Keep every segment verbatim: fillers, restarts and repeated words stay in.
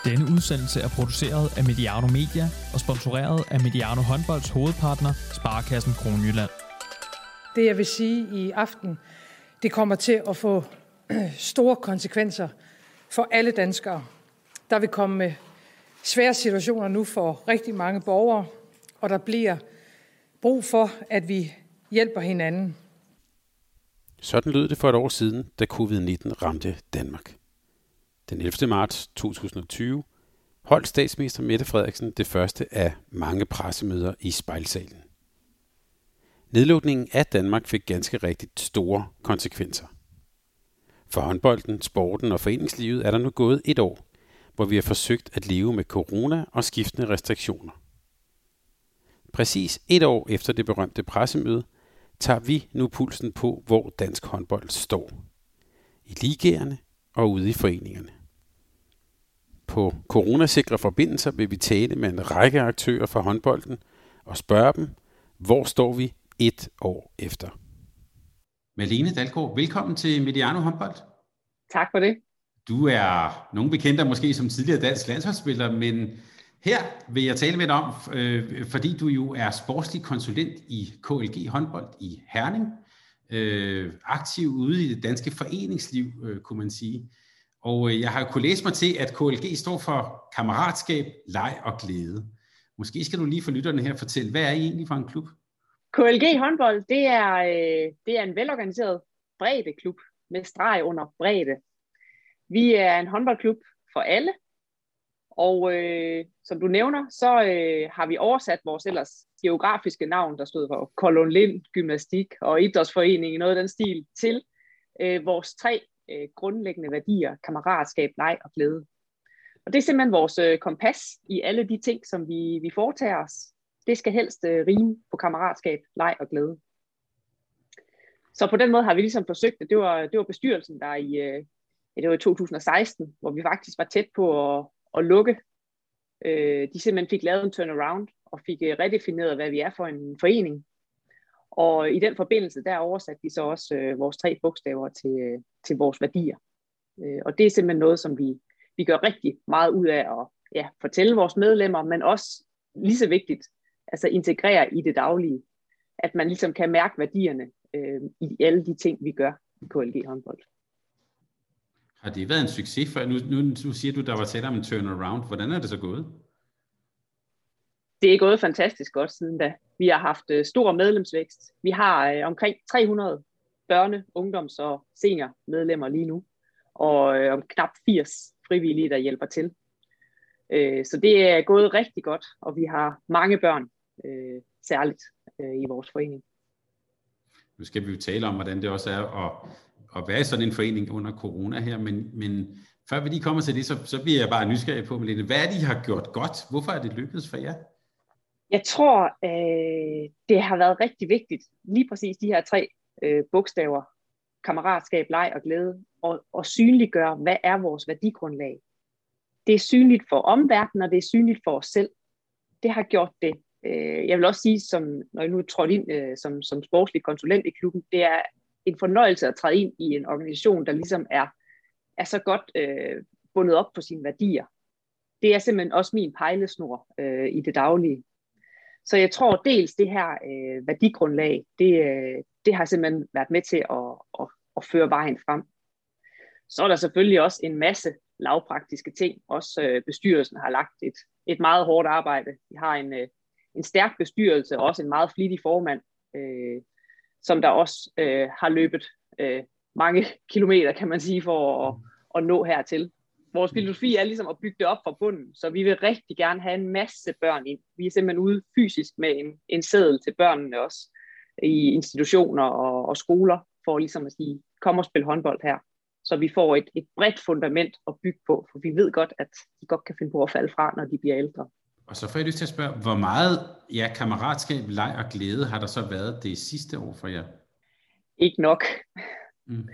Denne udsendelse er produceret af Mediano Media og sponsoreret af Mediano Håndbolds hovedpartner, Sparekassen Kronjylland. Det jeg vil sige i aften, det kommer til at få store konsekvenser for alle danskere. Der vil komme svære situationer nu for rigtig mange borgere, og der bliver brug for, at vi hjælper hinanden. Sådan lød det for et år siden, da covid nitten ramte Danmark. Den ellevte marts to tusind og tyve holdt statsminister Mette Frederiksen det første af mange pressemøder i Spejlsalen. Nedlukningen af Danmark fik ganske rigtigt store konsekvenser. For håndbolden, sporten og foreningslivet er der nu gået et år, hvor vi har forsøgt at leve med corona og skiftende restriktioner. Præcis et år efter det berømte pressemøde, tager vi nu pulsen på, hvor dansk håndbold står. I ligaerne og ude i foreningerne. På coronasikre forbindelser vil vi tale med en række aktører fra håndbolden og spørge dem, hvor står vi et år efter. Malene Dalgaard, velkommen til Mediano Håndbold. Tak for det. Du er nogen bekendte måske som tidligere dansk landsholdsspiller, men her vil jeg tale med dig om, øh, fordi du jo er sportslig konsulent i K L G håndbold i Herning. Øh, aktiv ude i det danske foreningsliv, øh, kunne man sige. Og øh, jeg har jo kunnet læse mig til, at K L G står for kammeratskab, leg og glæde. Måske skal du lige for lytterne her fortælle, hvad er I egentlig for en klub? K L G håndbold, det er, øh, det er en velorganiseret breddeklub med streg under bredde. Vi er en håndboldklub for alle, og øh, som du nævner, så øh, har vi oversat vores ellers geografiske navn, der stod for Kolon Lind, Gymnastik og Idrætsforening, noget af den stil, til øh, vores tre øh, grundlæggende værdier, kammeratskab, leg og glæde. Og det er simpelthen vores øh, kompas i alle de ting, som vi, vi foretager os. Det skal helst øh, rime på kammeratskab, leg og glæde. Så på den måde har vi ligesom forsøgt, at det var, det var bestyrelsen, der i, øh, ja, det var i to tusind og seksten, hvor vi faktisk var tæt på at, at lukke. Øh, de simpelthen fik lavet en turnaround og fik øh, redefineret, hvad vi er for en forening. Og i den forbindelse, der oversatte vi så også øh, vores tre bogstaver til, øh, til vores værdier. Øh, og det er simpelthen noget, som vi, vi gør rigtig meget ud af at ja, fortælle vores medlemmer, men også lige så vigtigt, altså integrere i det daglige. At man ligesom kan mærke værdierne øh, i alle de ting, vi gør i K L G håndbold. Har det været en succes? For nu, nu, nu siger du, der var tæt om en turnaround. Hvordan er det så gået? Det er gået fantastisk godt siden da. Vi har haft øh, stor medlemsvækst. Vi har øh, omkring tre hundrede børne-, ungdoms- og seniormedlemmer lige nu. Og øh, om knap firs frivillige, der hjælper til. Øh, så det er gået rigtig godt, og vi har mange børn, øh, særligt øh, i vores forening. Nu skal vi jo tale om, hvordan det også er at, at være i sådan en forening under corona her, men, men før vi lige kommer til det, så, så bliver jeg bare nysgerrig på, Malene. Hvad er det, I har gjort godt? Hvorfor er det lykkedes for jer? Jeg tror, øh, det har været rigtig vigtigt, lige præcis de her tre øh, bogstaver, kammeratskab, leg og glæde, og, og synliggøre, hvad er vores værdigrundlag. Det er synligt for omverdenen, og det er synligt for os selv. Det har gjort det. Øh, jeg vil også sige, som, når jeg nu er trådt ind øh, som, som sportslig konsulent i klubben, det er en fornøjelse at træde ind i en organisation, der ligesom er, er så godt øh, bundet op på sine værdier. Det er simpelthen også min pejlesnor øh, i det daglige. Så jeg tror dels det her øh, værdigrundlag, det, øh, det har simpelthen været med til at, at, at føre vejen frem. Så er der selvfølgelig også en masse lavpraktiske ting. Også øh, bestyrelsen har lagt et, et meget hårdt arbejde. Vi har en, øh, en stærk bestyrelse, og også en meget flittig formand, øh, som der også øh, har løbet øh, mange kilometer, kan man sige, for at, at nå hertil. Vores filosofi er ligesom at bygge det op fra bunden, så vi vil rigtig gerne have en masse børn ind. Vi er simpelthen ude fysisk med en, en seddel til børnene også, i institutioner og, og skoler, for ligesom at sige, kom og spil håndbold her. Så vi får et, et bredt fundament at bygge på, for vi ved godt, at de godt kan finde på at falde fra, når de bliver ældre. Og så får jeg lyst til at spørge, hvor meget ja, kammeratskab, leg og glæde har der så været det sidste år for jer? Ikke nok. Mm.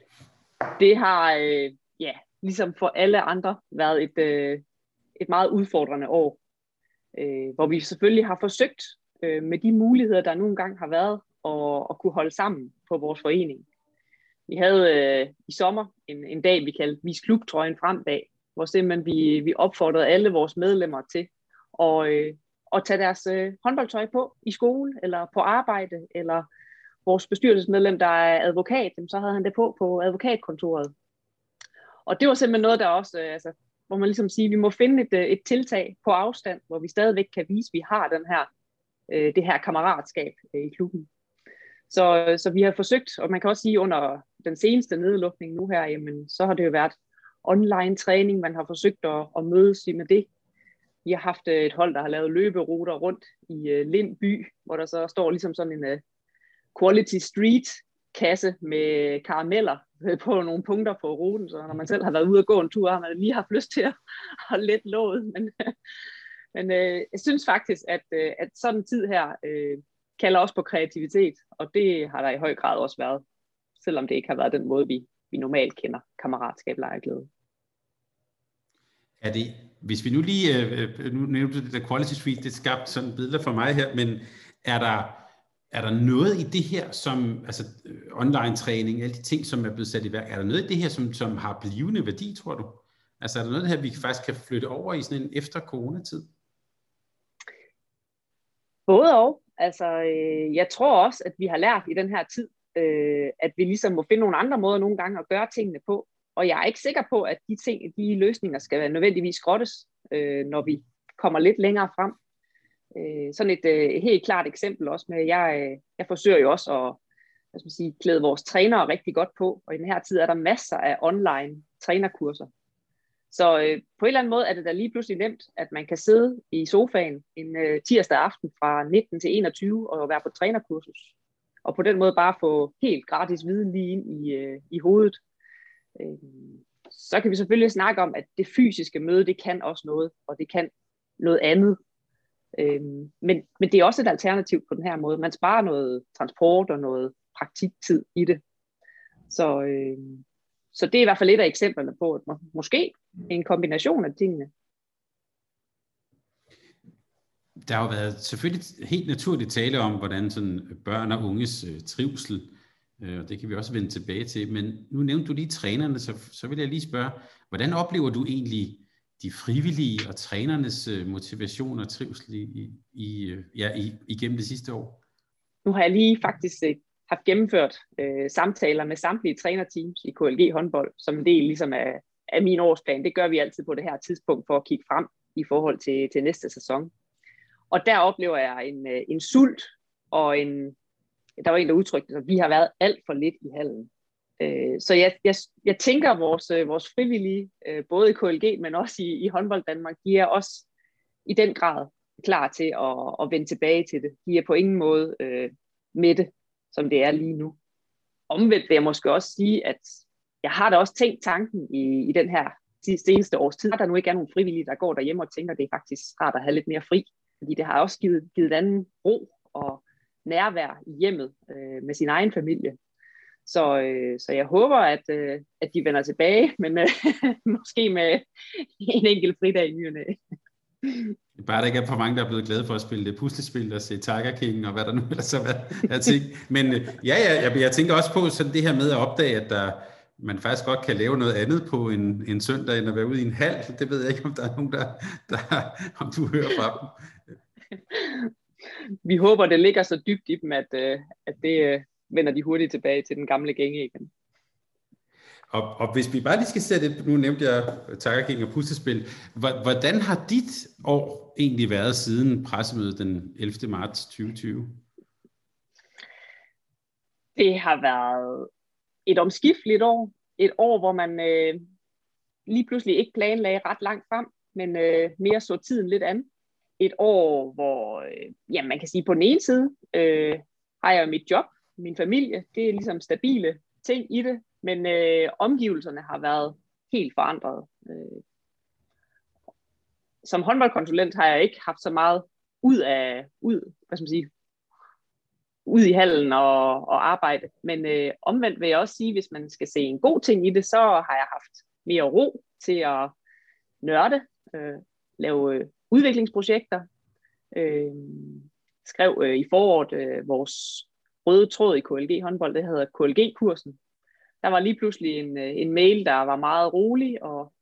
Det har, øh, ja, ligesom for alle andre, været et, øh, et meget udfordrende år, øh, hvor vi selvfølgelig har forsøgt øh, med de muligheder, der nogle gange har været, at, at kunne holde sammen på vores forening. Vi havde øh, i sommer en, en dag, vi kaldte Vis klubtrøjen frem dag, hvor simpelthen vi, vi opfordrede alle vores medlemmer til at, øh, at tage deres øh, håndboldtøj på i skole, eller på arbejde, eller vores bestyrelsesmedlem, der er advokat, så havde han det på på advokatkontoret. Og det var simpelthen noget, der også, øh, altså, hvor man ligesom siger, vi må finde et, et tiltag på afstand, hvor vi stadigvæk kan vise, at vi har den her, øh, det her kammeratskab øh, i klubben. Så, så vi har forsøgt, og man kan også sige, under den seneste nedlukning nu her, jamen, så har det jo været online træning, man har forsøgt at, at mødes med det. Vi har haft et hold, der har lavet løberuter rundt i uh, Lindby, hvor der så står ligesom sådan en uh, quality street kasse med karameller på nogle punkter på ruten, så når man selv har været ude og gå en tur, har man lige haft lyst til at, at lette låget. Men, men uh, jeg synes faktisk, at, uh, at sådan en tid her uh, kalder også på kreativitet, og det har der i høj grad også været, selvom det ikke har været den måde, vi, vi normalt kender kammeratskab, leg og glæde. Er det, hvis vi nu lige, øh, nu nævnte du det der Quality Street, det skabte sådan billeder for mig her, men er der, er der noget i det her, som, altså online træning, alle de ting, som er blevet sat i værk, er der noget i det her, som, som har blivende værdi, tror du? Altså er der noget af det her, vi faktisk kan flytte over i sådan en efter coronatid? Både og. Altså, øh, jeg tror også, at vi har lært i den her tid, øh, at vi ligesom må finde nogle andre måder nogle gange at gøre tingene på. Og jeg er ikke sikker på, at de ting, de løsninger skal nødvendigvis skrottes, øh, når vi kommer lidt længere frem. Øh, sådan et øh, helt klart eksempel også med, jeg, jeg forsøger jo også at hvad skal man sige, klæde vores trænere rigtig godt på, og i den her tid er der masser af online trænerkurser. Så øh, på en eller anden måde er det da lige pludselig nemt, at man kan sidde i sofaen en øh, tirsdag aften fra nitten til enogtyve og være på trænerkursus. Og på den måde bare få helt gratis viden lige ind i, øh, i hovedet. Øh, så kan vi selvfølgelig snakke om, at det fysiske møde, det kan også noget, og det kan noget andet. Øh, men, men det er også et alternativ på den her måde. Man sparer noget transport og noget praktiktid i det. Så... Øh, Så det er i hvert fald et af eksemplerne på, at må, måske en kombination af tingene. Der har jo været selvfølgelig helt naturligt tale om, hvordan sådan børn og unges øh, trivsel, øh, og det kan vi også vende tilbage til, men nu nævnte du lige trænerne, så, så vil jeg lige spørge, hvordan oplever du egentlig de frivillige og trænernes øh, motivation og trivsel i, i, ja, i, igennem det sidste år? Nu har jeg lige faktisk øh, haft gennemført øh, samtaler med samtlige trænerteams i K L G håndbold, som en del ligesom af, af min årsplan. Det gør vi altid på det her tidspunkt for at kigge frem i forhold til, til næste sæson. Og der oplever jeg en, en sult, og en, der var en, der udtrykte, at vi har været alt for lidt i hallen. Øh, så jeg, jeg, jeg tænker, at vores, vores frivillige, øh, både i K L G, men også i, i håndbold Danmark, de er også i den grad klar til at, at vende tilbage til det. De er på ingen måde øh, med det, som det er lige nu. Omvendt vil jeg måske også sige, at jeg har da også tænkt tanken i, i den her seneste års tid, at der nu ikke er nogen frivillige, der går derhjemme og tænker, at det er faktisk rart at have lidt mere fri. Fordi det har også givet, givet anden ro og nærvær i hjemmet øh, med sin egen familie. Så, øh, så jeg håber, at, øh, at de vender tilbage, men øh, måske med en enkelt fridag i ny og næ. Bare der ikke er for mange, der er blevet glade for at spille det puslespil og se Tiger King og hvad der nu ellers har været af ting. Men øh, ja, ja, jeg, jeg tænker også på sådan det her med at opdage, at der, man faktisk godt kan lave noget andet på en, en søndag, end at være ude i en hal. Det ved jeg ikke, om der er nogen, der, der om du hører fra dem. Vi håber, det ligger så dybt i dem, at, at det vender de hurtigt tilbage til den gamle gænge igen. Og, og hvis vi bare lige skal sætte, nu nævnte jeg Tiger King og puslespil, hvordan har dit år egentlig været siden pressemødet den ellevte marts tyve tyve? Det har været et omskifteligt år. Et år, hvor man øh, lige pludselig ikke planlagde ret langt frem, men øh, mere så tiden lidt an. Et år, hvor øh, ja, man kan sige, på den ene side øh, har jeg mit job, min familie, det er ligesom stabile ting i det, men øh, omgivelserne har været helt forandret. Øh. Som håndboldkonsulent har jeg ikke haft så meget ud af, ud, hvad skal man sige, ud i hallen og, og arbejde, men øh, omvendt vil jeg også sige, hvis man skal se en god ting i det, så har jeg haft mere ro til at nørde, øh, lave øh, udviklingsprojekter, øh, skrev øh, i foråret øh, vores røde tråd i K L G håndbold, det hedder K L G-kursen. Der var lige pludselig en, en mail, der var meget rolig, og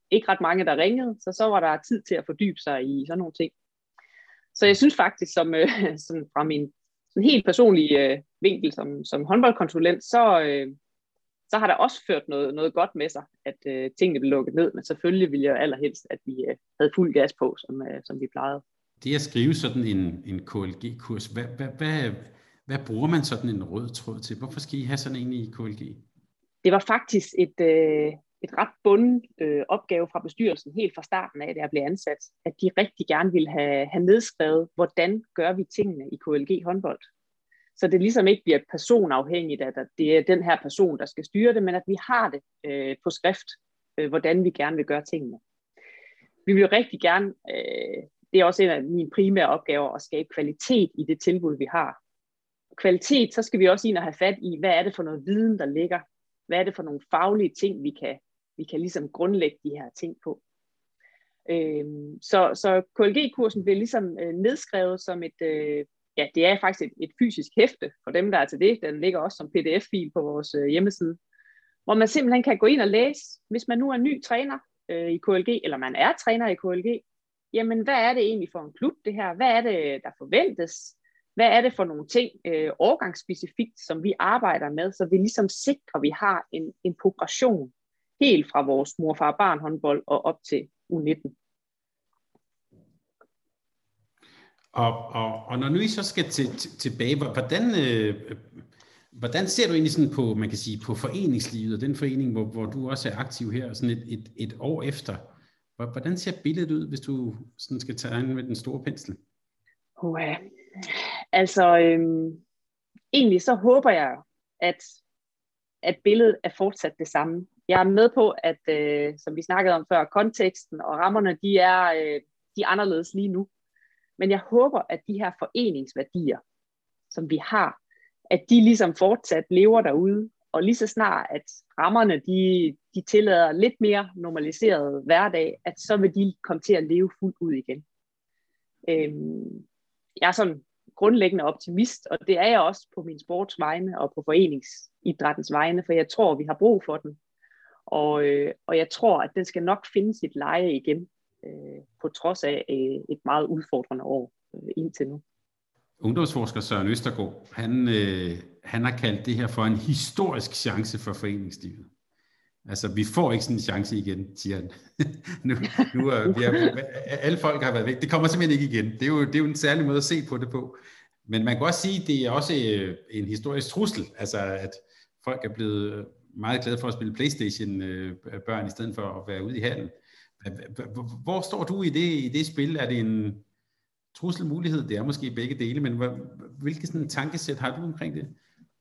ikke ret mange, der ringede, så så var der tid til at fordybe sig i sådan nogle ting. Så jeg synes faktisk, som, øh, som fra min sådan helt personlige øh, vinkel som, som håndboldkonsulent, så, øh, så har der også ført noget, noget godt med sig, at øh, tingene blev lukket ned, men selvfølgelig ville jeg allerhelst, at vi øh, havde fuld gas på, som, øh, som vi plejede. Det at skrive sådan en, en K L G-kurs, hvad, hvad, hvad, hvad bruger man sådan en rød tråd til? Hvorfor skal I have sådan en i K L G? Det var faktisk et, øh, et ret bundet øh, opgave fra bestyrelsen helt fra starten af, da jeg blev ansat, at de rigtig gerne ville have, have nedskrevet, hvordan gør vi tingene i K L G håndbold. Så det ligesom ikke bliver personafhængigt, at det er den her person, der skal styre det, men at vi har det øh, på skrift, øh, hvordan vi gerne vil gøre tingene. Vi vil jo rigtig gerne, øh, det er også en af mine primære opgaver, at skabe kvalitet i det tilbud, vi har. Kvalitet, så skal vi også ind og have fat i, hvad er det for noget viden, der ligger? Hvad er det for nogle faglige ting, vi kan, vi kan ligesom grundlægge de her ting på? Øh, så, så K L G-kursen bliver ligesom øh, nedskrevet som et... Øh, Ja, det er faktisk et, et fysisk hæfte for dem, der er til det. Den ligger også som P D F-fil på vores øh, hjemmeside, hvor man simpelthen kan gå ind og læse, hvis man nu er ny træner øh, i K L G, eller man er træner i K L G, jamen hvad er det egentlig for en klub det her? Hvad er det, der forventes? Hvad er det for nogle ting, øh, årgangsspecifikt, som vi arbejder med, så vi ligesom sikrer, at vi har en, en progression helt fra vores mor-far-barn håndbold og op til U nitten. Og, og, og når nu I så skal til, til, tilbage, hvordan, øh, hvordan ser du egentlig sådan på, man kan sige, på foreningslivet og den forening, hvor, hvor du også er aktiv her, sådan et, et, et år efter? Hvordan ser billedet ud, hvis du sådan skal tegne med den store pensel? Uh, altså, øhm, egentlig så håber jeg, at, at billedet er fortsat det samme. Jeg er med på, at øh, som vi snakkede om før, konteksten og rammerne, de er, øh, de er anderledes lige nu. Men jeg håber, at de her foreningsværdier, som vi har, at de ligesom fortsat lever derude, og lige så snart, at rammerne de, de tillader lidt mere normaliseret hverdag, at så vil de komme til at leve fuldt ud igen. Øhm, jeg er sådan grundlæggende optimist, og det er jeg også på min sports vegne og på foreningsidrættens vegne, for jeg tror, vi har brug for den. Og, øh, og jeg tror, at den skal nok finde sit leje igen, øh, på trods af øh, et meget udfordrende år øh, indtil nu. Ungdomsforsker Søren Østergaard, han, øh, han har kaldt det her for en historisk chance for foreningslivet. Altså, vi får ikke sådan en chance igen, siger han. nu, nu er, vi er, alle folk har været væk. Det kommer simpelthen ikke igen. Det er, jo, det er jo en særlig måde at se på det på. Men man kan også sige, at det er også en historisk trussel. Altså, at folk er blevet meget glade for at spille PlayStation-børn, i stedet for at være ude i hallen. Hvor står du i det, i det spil? Er det en trusselmulighed? Det er måske begge dele, men hvilke sådan tankesæt har du omkring det?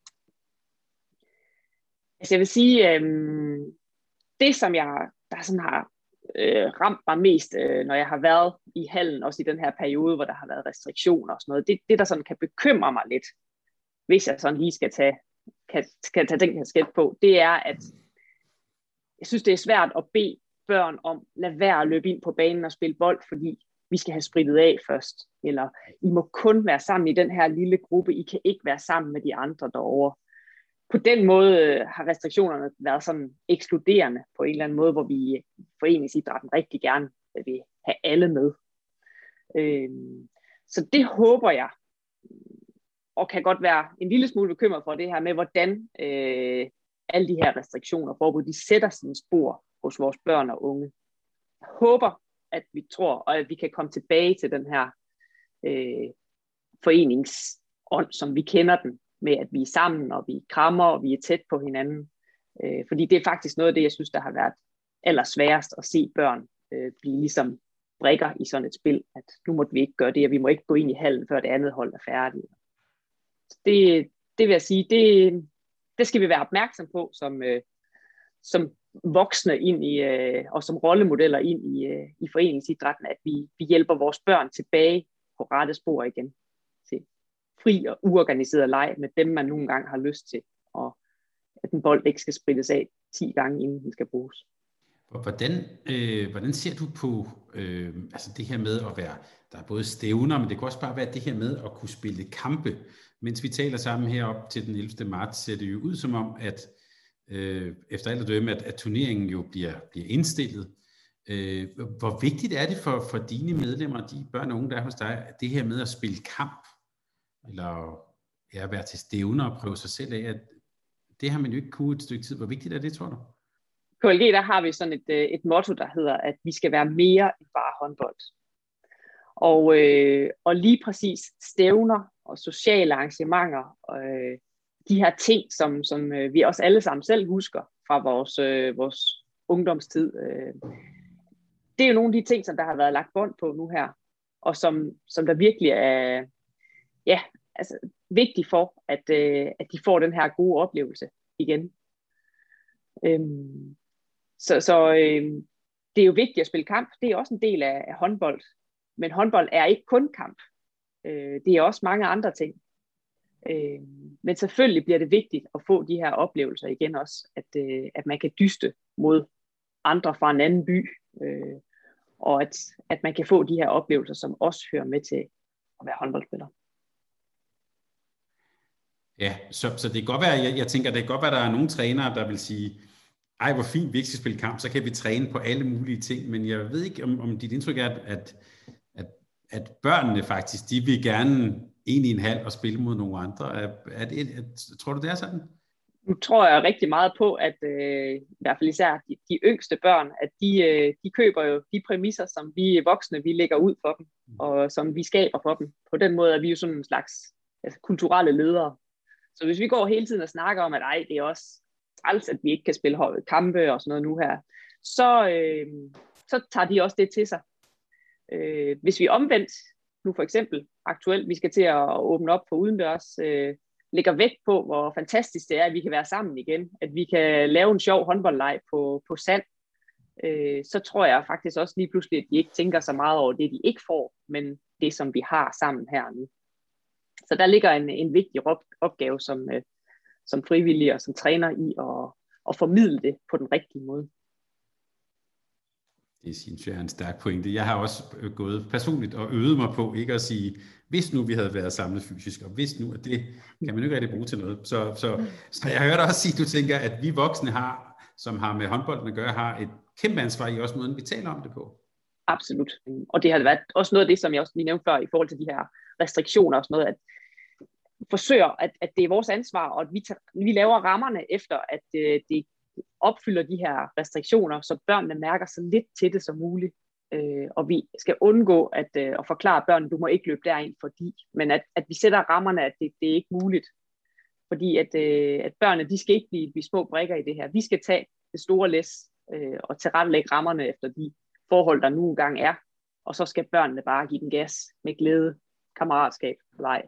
Altså jeg vil sige, øh, det som jeg der sådan har øh, ramt mig mest, øh, når jeg har været i hallen, også i den her periode, hvor der har været restriktioner og sådan noget, det, det der sådan kan bekymre mig lidt, hvis jeg sådan lige skal tage, kan, skal tage den kasket på, det er, at jeg synes, det er svært at bede børn om, lad være at løbe ind på banen og spille bold, fordi vi skal have spritet af først, eller I må kun være sammen i den her lille gruppe, I kan ikke være sammen med de andre derovre. På den måde har restriktionerne været sådan ekskluderende på en eller anden måde, hvor vi i foreningsidrætten rigtig gerne vil have alle med. Så det håber jeg, og kan godt være en lille smule bekymret for det her med, hvordan alle de her restriktioner, forbud, de sætter sine spor hos vores børn og unge. Jeg håber, at vi tror, og at vi kan komme tilbage til den her øh, foreningsånd, som vi kender den, med at vi er sammen, og vi krammer, og vi er tæt på hinanden. Øh, fordi det er faktisk noget af det, jeg synes, der har været allersværest at se børn øh, blive ligesom brikker i sådan et spil, at nu måtte vi ikke gøre det, og vi må ikke gå ind i hallen, før det andet hold er færdigt. Det, det vil jeg sige, det, det skal vi være opmærksom på, som, øh, som voksne ind i, øh, og som rollemodeller ind i, øh, i foreningsidrætten, at vi, vi hjælper vores børn tilbage på rette spor igen, til fri og uorganiseret leg med dem, man nogle gange har lyst til, og at en bold ikke skal sprittes af ti gange, inden den skal bruges. Hvordan, øh, hvordan ser du på øh, altså det her med at være, der er både stævner, men det kan også bare være det her med at kunne spille kampe. Mens vi taler sammen herop til den ellevte marts, ser det jo ud som om, at øh, efter alt at dømme, at, at turneringen jo bliver, bliver indstillet. Øh, hvor vigtigt er det for, for dine medlemmer, de børn og unge, der er hos dig, det her med at spille kamp, eller ja, være til stævner og prøve sig selv af, at det har man jo ikke kunnet et stykke tid. Hvor vigtigt er det, tror du? K L G, der har vi sådan et, et motto, der hedder, at vi skal være mere end bare håndbold. Og, øh, og lige præcis stævner og sociale arrangementer, øh, de her ting, som, som øh, vi også alle sammen selv husker fra vores, øh, vores ungdomstid, øh, det er jo nogle af de ting, som der har været lagt bånd på nu her, og som, som der virkelig er ja, altså, vigtigt for, at, øh, at de får den her gode oplevelse igen. Øhm, så så øh, det er jo vigtigt at spille kamp. Det er også en del af, af håndbold. Men håndbold er ikke kun kamp. Øh, det er også mange andre ting. Øh, men selvfølgelig bliver det vigtigt at få de her oplevelser igen også, at, øh, at man kan dyste mod andre fra en anden by, øh, og at, at man kan få de her oplevelser, som også hører med til at være håndboldspiller. Ja, så, så det kan godt være, jeg, jeg tænker, det kan godt være, der er nogle trænere, der vil sige, ej, hvor fint, vi ikke skal spille kamp, så kan vi træne på alle mulige ting, men jeg ved ikke, om, om dit indtryk er, at, at, at børnene faktisk, de vil gerne en i en halv og spille mod nogle andre. Er, er det, er, tror du, det er sådan? Nu tror jeg rigtig meget på, at øh, i hvert fald især de, de yngste børn, at de, øh, de køber jo de præmisser, som vi voksne, vi lægger ud for dem, og som vi skaber for dem. På den måde er vi jo sådan en slags altså, kulturelle ledere. Så hvis vi går hele tiden og snakker om, at ej, det er også træls, at vi ikke kan spille kampe og sådan noget nu her, så, øh, så tager de også det til sig. Øh, hvis vi omvendt, nu for eksempel aktuelt, vi skal til at åbne op for udendørs, øh, lægger vægt på, hvor fantastisk det er, at vi kan være sammen igen, at vi kan lave en sjov håndboldleg på, på sand, øh, så tror jeg faktisk også lige pludselig, at de ikke tænker så meget over det, de ikke får, men det, som vi har sammen her nu. Så der ligger en, en vigtig opgave som, øh, som frivillig og som træner i at, at formidle det på den rigtige måde. Det synes jeg er en stærk pointe. Jeg har også gået personligt og øvet mig på ikke at sige, hvis nu vi havde været samlet fysisk, og hvis nu, at det kan man jo ikke rigtig bruge til noget. Så, så, så jeg hørte også sige, at du tænker, at vi voksne har, som har med håndbolden at gøre, har et kæmpe ansvar i også måden, vi taler om det på. Absolut. Og det har været også noget af det, som jeg også lige nævnte før, i forhold til de her restriktioner og sådan noget, at forsøger, at, at det er vores ansvar, og at vi, tager, vi laver rammerne efter, at øh, det opfylder de her restriktioner, så børnene mærker så lidt til det som muligt. Øh, og vi skal undgå at, øh, at forklare børnene, du må ikke løbe derind, fordi, men at, at vi sætter rammerne, at det, det er ikke muligt. Fordi at, øh, at børnene, de skal ikke blive, blive små brikker i det her. Vi skal tage det store læs øh, og tilrettelægge rammerne efter de forhold, der nu engang er. Og så skal børnene bare give den gas med glæde, kammeratskab og leg.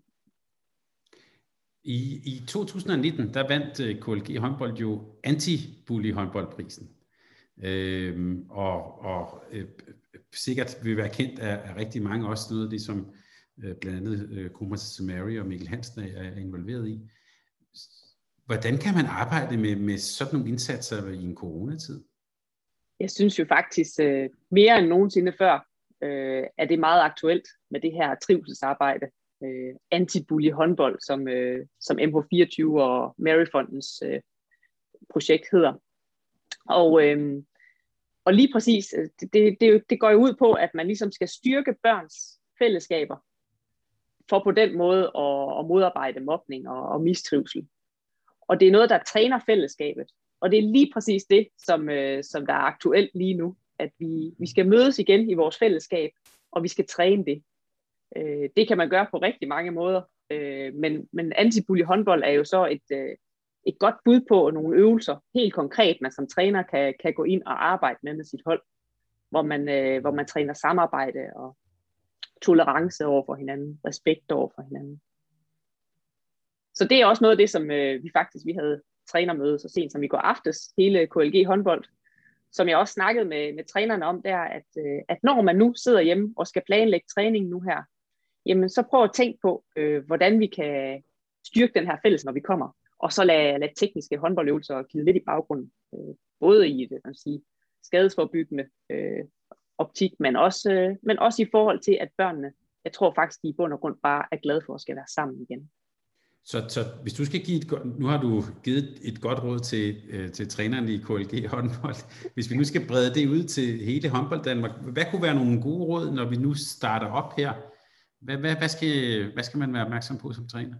I, I to tusind nitten, der vandt K L G håndbold jo anti-bully håndboldprisen. Øhm, og og øh, sikkert vil være kendt af, af rigtig mange, også noget af det, som øh, blandt andet øh, Kronprinsesse Mary og Mikkel Hansen er, er involveret i. Hvordan kan man arbejde med, med sådan nogle indsatser i en coronatid? Jeg synes jo faktisk øh, mere end nogensinde før, øh, er det meget aktuelt med det her trivselsarbejde. Øh, anti-bully håndbold, som, øh, som M H fireogtyve og Maryfondens øh, projekt hedder. Og, øh, og lige præcis, det, det, det går jo ud på, at man ligesom skal styrke børns fællesskaber, for på den måde at, at modarbejde mobning og, og mistrivsel. Og det er noget, der træner fællesskabet. Og det er lige præcis det, som, øh, som der er aktuelt lige nu, at vi, vi skal mødes igen i vores fællesskab, og vi skal træne det. Øh, det kan man gøre på rigtig mange måder, øh, men, men anti-bully håndbold er jo så et, øh, et godt bud på nogle øvelser, helt konkret, man som træner kan, kan gå ind og arbejde med med sit hold, hvor man, øh, hvor man træner samarbejde og tolerance over for hinanden, respekt over for hinanden. Så det er også noget af det, som øh, vi faktisk vi havde trænermøde så sent som i går aftes, hele K L G håndbold, som jeg også snakkede med, med trænerne om, der, at, øh, at når man nu sidder hjemme og skal planlægge træning nu her, jamen så prøv at tænke på, øh, hvordan vi kan styrke den her fælles, når vi kommer, og så lade, lade tekniske håndboldøvelser glide lidt i baggrunden, øh, både i det, man sige, skadesforbyggende øh, optik, men også, øh, men også i forhold til, at børnene, jeg tror faktisk, de i bund og grund bare er glade for at skal være sammen igen. Så, så hvis du skal give et godt, nu har du givet et godt råd til, øh, til træneren i K L G håndbold. Hvis vi nu skal brede det ud til hele håndbold Danmark, hvad kunne være nogle gode råd, når vi nu starter op her? Hvad, hvad, hvad, skal, hvad skal man være opmærksom på som træner?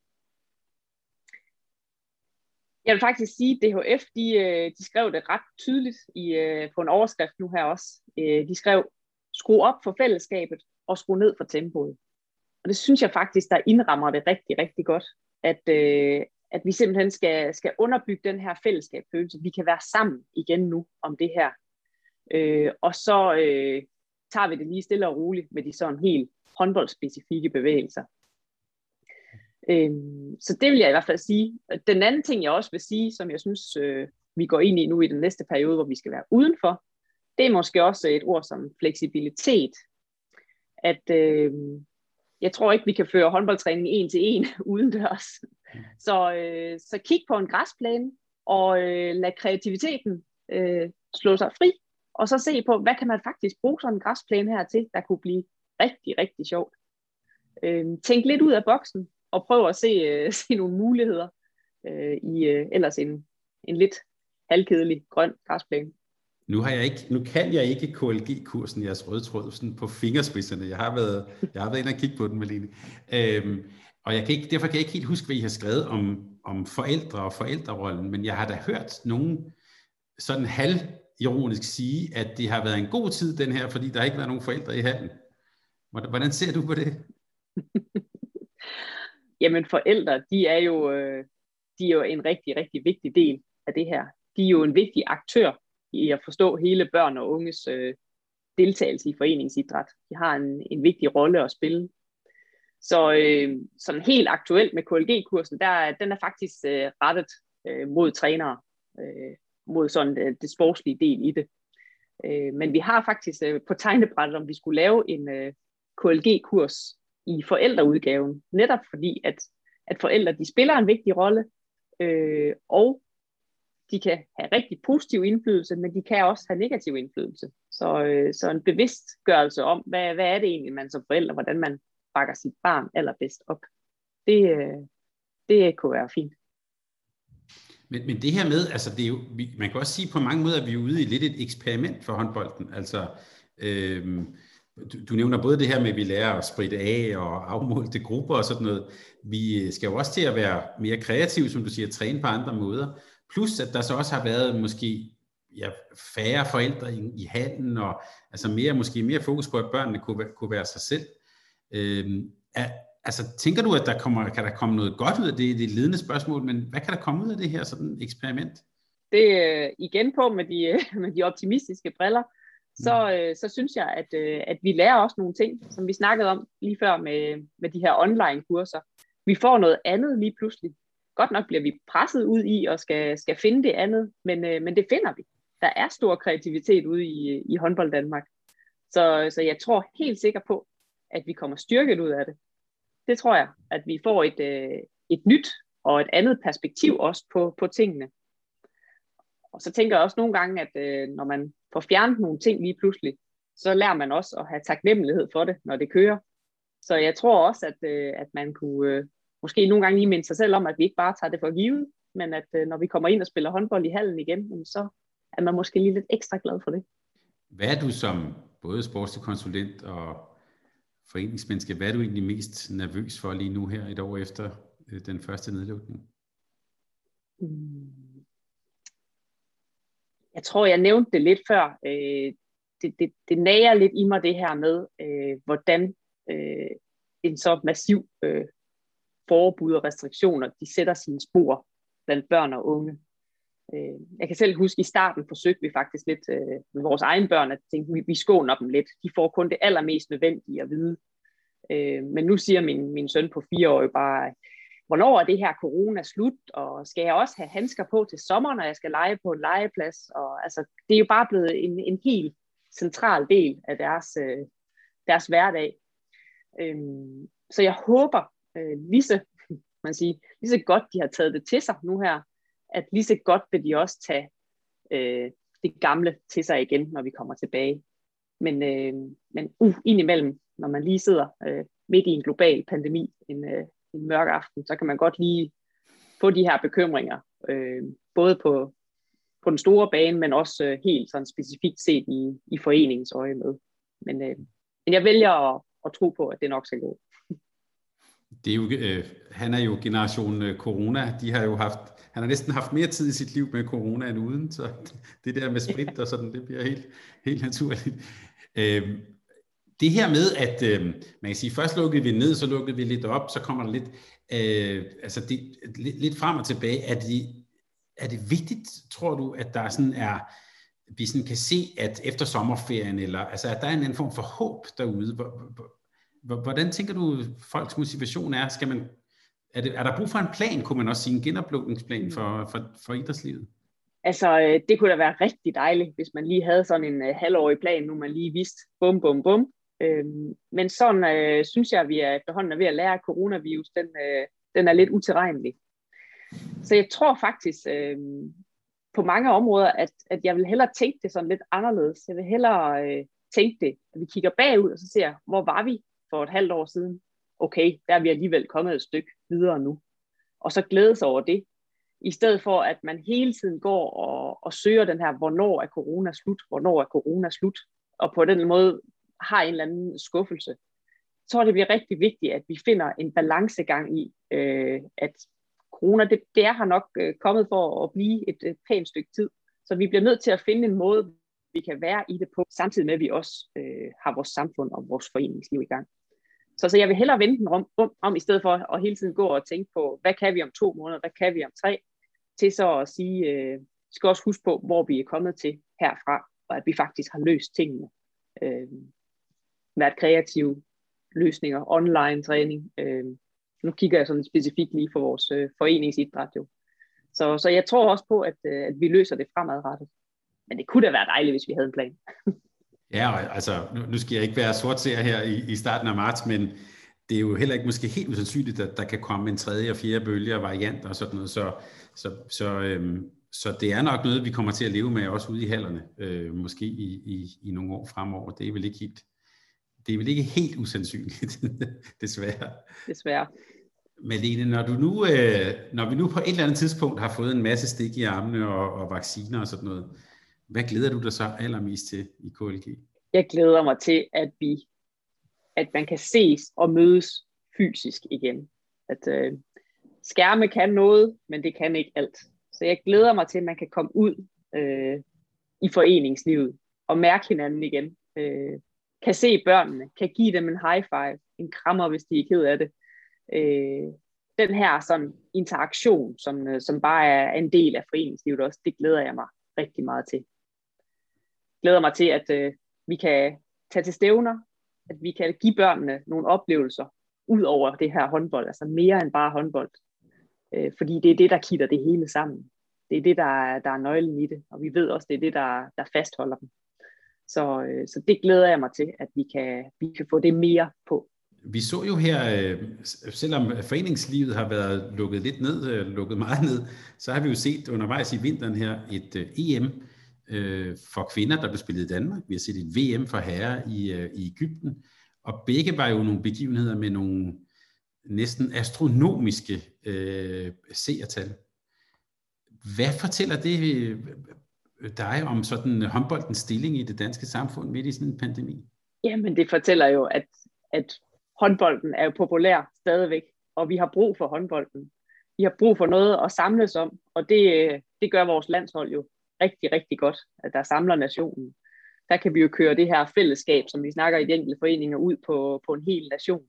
Jeg vil faktisk sige, at D H F de, de skrev det ret tydeligt i, på en overskrift nu her også. De skrev, skru op for fællesskabet og skru ned for tempoet. Og det synes jeg faktisk, der indrammer det rigtig, rigtig godt, at, øh, at vi simpelthen skal, skal underbygge den her fællesskabsfølelse. Vi kan være sammen igen nu om det her. Øh, og så øh, tager vi det lige stille og roligt med de sådan helt håndboldspecifikke bevægelser. Øh, så det vil jeg i hvert fald sige. Den anden ting, jeg også vil sige, som jeg synes, øh, vi går ind i nu i den næste periode, hvor vi skal være udenfor, det er måske også et ord som fleksibilitet. At... Øh, Jeg tror ikke, vi kan føre håndboldtræning en til en udendørs. Så, øh, så kig på en græsplæne, og øh, lad kreativiteten øh, slå sig fri, og så se på, hvad kan man faktisk bruge sådan en græsplæne her til, der kunne blive rigtig, rigtig sjovt. Øh, tænk lidt ud af boksen, og prøv at se, øh, se nogle muligheder øh, i øh, ellers en, en lidt halvkedelig grøn græsplæne. Nu, har jeg ikke, nu kan jeg ikke K L G-kursen, jeres røde tråd, sådan på fingerspidserne. Jeg har været, jeg har været inde og kigge på den, Malene. Øhm, og jeg kan ikke, derfor kan jeg ikke helt huske, hvad I har skrevet om, om forældre og forældrerollen, men jeg har da hørt nogen sådan halvironisk sige, at det har været en god tid, den her, fordi der har ikke været nogen forældre i hallen. Hvordan ser du på det? Jamen forældre, de er, jo, de er jo en rigtig, rigtig vigtig del af det her. De er jo en vigtig aktør i at forstå hele børn og unges øh, deltagelse i foreningsidræt. De har en, en vigtig rolle at spille. Så øh, sådan helt aktuelt med K L G-kursen, der, den er faktisk øh, rettet øh, mod trænere, øh, mod sådan øh, det sportslige del i det. Øh, men vi har faktisk øh, på tegnebrættet, om vi skulle lave en øh, K L G-kurs i forældreudgaven, netop fordi, at, at forældre de spiller en vigtig rolle, øh, og de kan have rigtig positiv indflydelse, men de kan også have negativ indflydelse. Så, øh, så en bevidstgørelse om, hvad, hvad er det egentlig, man som forælder, hvordan man bakker sit barn allerbedst op. Det, øh, det kunne være fint. Men, men det her med, altså det er jo, man kan også sige på mange måder, at vi er ude i lidt et eksperiment for håndbolden. Altså, øh, du, du nævner både det her med, at vi lærer at spritte af og afmålte grupper og sådan noget. Vi skal jo også til at være mere kreative, som du siger, at træne på andre måder. Plus at der så også har været måske ja, færre forældre i, i hallen, og altså mere, måske mere fokus på, at børnene kunne, kunne være sig selv. Øhm, er, altså tænker du, at der kommer, kan der komme noget godt ud af det? Det er et ledende spørgsmål, men hvad kan der komme ud af det her sådan eksperiment? Det er igen på med de, med de optimistiske briller, så, mm. så synes jeg, at, at vi lærer også nogle ting, som vi snakkede om lige før med, med de her online kurser. Vi får noget andet lige pludselig. Godt nok bliver vi presset ud i og skal, skal finde det andet, men, øh, men det finder vi. Der er stor kreativitet ude i, i håndbold Danmark. Så, så jeg tror helt sikkert på, at vi kommer styrket ud af det. Det tror jeg, at vi får et, øh, et nyt og et andet perspektiv også på, på tingene. Og så tænker jeg også nogle gange, at øh, når man får fjernet nogle ting lige pludselig, så lærer man også at have taknemmelighed for det, når det kører. Så jeg tror også, at, øh, at man kunne... Øh, Måske nogle gange lige minde sig selv om, at vi ikke bare tager det for givet, men at øh, når vi kommer ind og spiller håndbold i hallen igen, så er man måske lige lidt ekstra glad for det. Hvad er du som både sportskonsulent og foreningsmenneske, hvad er du egentlig mest nervøs for lige nu her et år efter øh, den første nedlukning? Hmm. Jeg tror, jeg nævnte det lidt før. Øh, det, det, det nager lidt i mig det her med, øh, hvordan øh, en så massiv øh, forbud og restriktioner, de sætter sine spor blandt børn og unge. Jeg kan selv huske, i starten forsøgte vi faktisk lidt med vores egne børn, at tænke, vi skåner dem lidt. De får kun det allermest nødvendige at vide. Men nu siger min, min søn på fire år jo bare, hvornår er det her corona slut, og skal jeg også have handsker på til sommer, når jeg skal lege på en legeplads? Og, altså, det er jo bare blevet en, en helt central del af deres, deres hverdag. Så jeg håber, lige så, man siger, lige så godt de har taget det til sig nu her, at lige så godt vil de også tage øh, det gamle til sig igen, når vi kommer tilbage. Men, øh, men uh, indimellem, når man lige sidder øh, midt i en global pandemi, en, øh, en mørk aften, så kan man godt lige få de her bekymringer, øh, både på, på den store bane, men også øh, helt sådan specifikt set i, i foreningens øje med. Men, øh, men jeg vælger at, at tro på, at det nok skal gå. Det er jo, øh, han er jo generation øh, corona. De har jo haft, han har næsten haft mere tid i sit liv med corona end uden, så det der med sprit og sådan, det bliver helt, helt naturligt. Øh, det her med, at øh, man kan sige, først lukkede vi ned, så lukkede vi lidt op, så kommer der lidt, øh, altså det, lidt, lidt frem og tilbage. Er det, er det vigtigt, tror du, at der sådan er, vi sådan kan se, at efter sommerferien, eller altså, at der er en anden form for håb derude? Hvordan tænker du, folks motivation er? Skal man, er, det, er der brug for en plan, kunne man også sige, en genoplukningsplan for, for, for idrætslivet? Altså, det kunne da være rigtig dejligt, hvis man lige havde sådan en uh, halvårig plan, nu man lige vidste, bum, bum, bum. Øhm, men sådan uh, synes jeg, at vi er efterhånden er ved at lære, at coronavirus, den, uh, den er lidt utilregnelig. Så jeg tror faktisk uh, på mange områder, at, at jeg vil hellere tænke det sådan lidt anderledes. Jeg vil hellere uh, tænke det, at vi kigger bagud og så ser, hvor var vi for et halvt år siden? Okay, der er vi alligevel kommet et stykke videre nu. Og så glæde sig over det, i stedet for at man hele tiden går og, og søger den her, hvornår er corona slut, hvornår er corona slut, og på den måde har en eller anden skuffelse. Så er det bliver rigtig vigtigt, at vi finder en balancegang i, øh, at corona, det, det er her nok øh, kommet for at blive et, et pænt stykke tid. Så vi bliver nødt til at finde en måde, vi kan være i det på, samtidig med, at vi også øh, har vores samfund og vores foreningsliv i gang. Så, så jeg vil hellere vende den om, om, om, i stedet for at hele tiden gå og tænke på, hvad kan vi om to måneder, hvad kan vi om tre, til så at sige, øh, vi skal også huske på, hvor vi er kommet til herfra, og at vi faktisk har løst tingene. Øh, været kreative løsninger, online træning. Øh, nu kigger jeg sådan specifikt lige for vores øh, foreningsidræt jo. Så, så jeg tror også på, at, øh, at vi løser det fremadrettet. Men det kunne da være dejligt, hvis vi havde en plan. Ja, altså, nu, nu skal jeg ikke være sortseer her i, i starten af marts, men det er jo heller ikke måske helt usandsynligt, at der kan komme en tredje og fjerde bølge og variant og sådan noget. Så, så, så, øhm, så det er nok noget, vi kommer til at leve med også ude i hallerne, øh, måske i, i, i nogle år fremover. Det er vel ikke helt, det er vel ikke helt usandsynligt, desværre. Desværre. Malene, når, du nu, øh, når vi nu på et eller andet tidspunkt har fået en masse stik i armene og, og vacciner og sådan noget, hvad glæder du dig så allermest til i K L G? Jeg glæder mig til, at vi, at man kan ses og mødes fysisk igen. At øh, skærme kan noget, men det kan ikke alt. Så jeg glæder mig til, at man kan komme ud øh, i foreningslivet og mærke hinanden igen. Øh, kan se børnene, kan give dem en high five, en krammer, hvis de er ked af det. Øh, den her sådan interaktion, som, som bare er en del af foreningslivet også, det glæder jeg mig rigtig meget til. Glæder mig til, at øh, vi kan tage til stævner, at vi kan give børnene nogle oplevelser ud over det her håndbold, altså mere end bare håndbold. Øh, fordi det er det, der kitter det hele sammen. Det er det, der er, der er nøglen i det, og vi ved også, det er det, der, der fastholder dem. Så, øh, så det glæder jeg mig til, at vi kan, vi kan få det mere på. Vi så jo her, selvom foreningslivet har været lukket lidt ned, lukket meget ned, så har vi jo set undervejs i vinteren her et E M for kvinder, der blev spillet i Danmark. Vi har set et V M for herrer i, i Egypten, og begge var jo nogle begivenheder med nogle næsten astronomiske øh, seertal. Hvad fortæller det dig om sådan håndboldens stilling i det danske samfund midt i sådan en pandemi? Jamen det fortæller jo, at, at håndbolden er jo populær stadigvæk, og vi har brug for håndbolden. Vi har brug for noget at samles om, og det, det gør vores landshold jo rigtig, rigtig godt, at der samler nationen. Der kan vi jo køre det her fællesskab, som vi snakker i de enkelte foreninger, ud på, på en hel nation.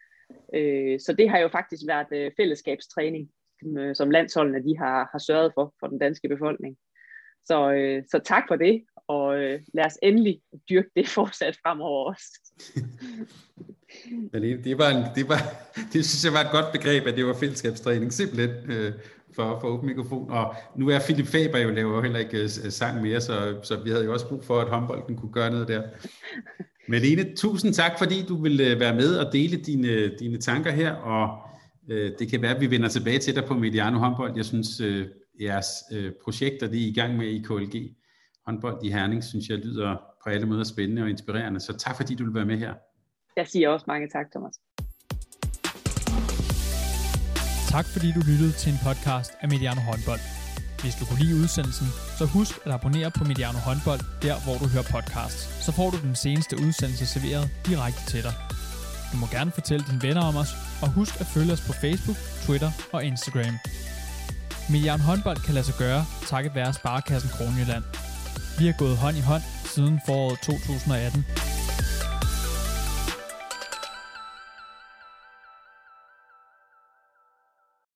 Så det har jo faktisk været fællesskabstræning, som landsholdene de har, har sørget for, for den danske befolkning. Så, så tak for det, og lad os endelig dyrke det fortsat fremover også. Men det, det, var en, det, var, det synes jeg var et godt begreb, at det var fællesskabstræning, simpelthen øh, for, for åben mikrofon. Og nu er Philip Faber jo laver heller ikke uh, sang mere, så, så vi havde jo også brug for, at håndbolden kunne gøre noget der. Malene, tusind tak, fordi du ville være med og dele dine, dine tanker her, og øh, det kan være, at vi vender tilbage til dig på Mediano Håndbold. Jeg synes, øh, jeres øh, projekter, de er i gang med i K L G Håndbold i Herning, synes jeg lyder på alle måder spændende og inspirerende. Så tak, fordi du vil være med her. Jeg siger også mange tak, Thomas. tak fordi du lyttede til en podcast af Mediano Håndbold. Hvis du kunne lide udsendelsen, så husk at abonnere på Mediano Håndbold, der hvor du hører podcasts. Så får du den seneste udsendelse serveret direkte til dig. Du må gerne fortælle dine venner om os, og husk at følge os på Facebook, Twitter og Instagram. Mediano Håndbold kan lade sig gøre, takket være Sparekassen Kronjylland. Vi har gået hånd i hånd siden foråret to tusind og atten.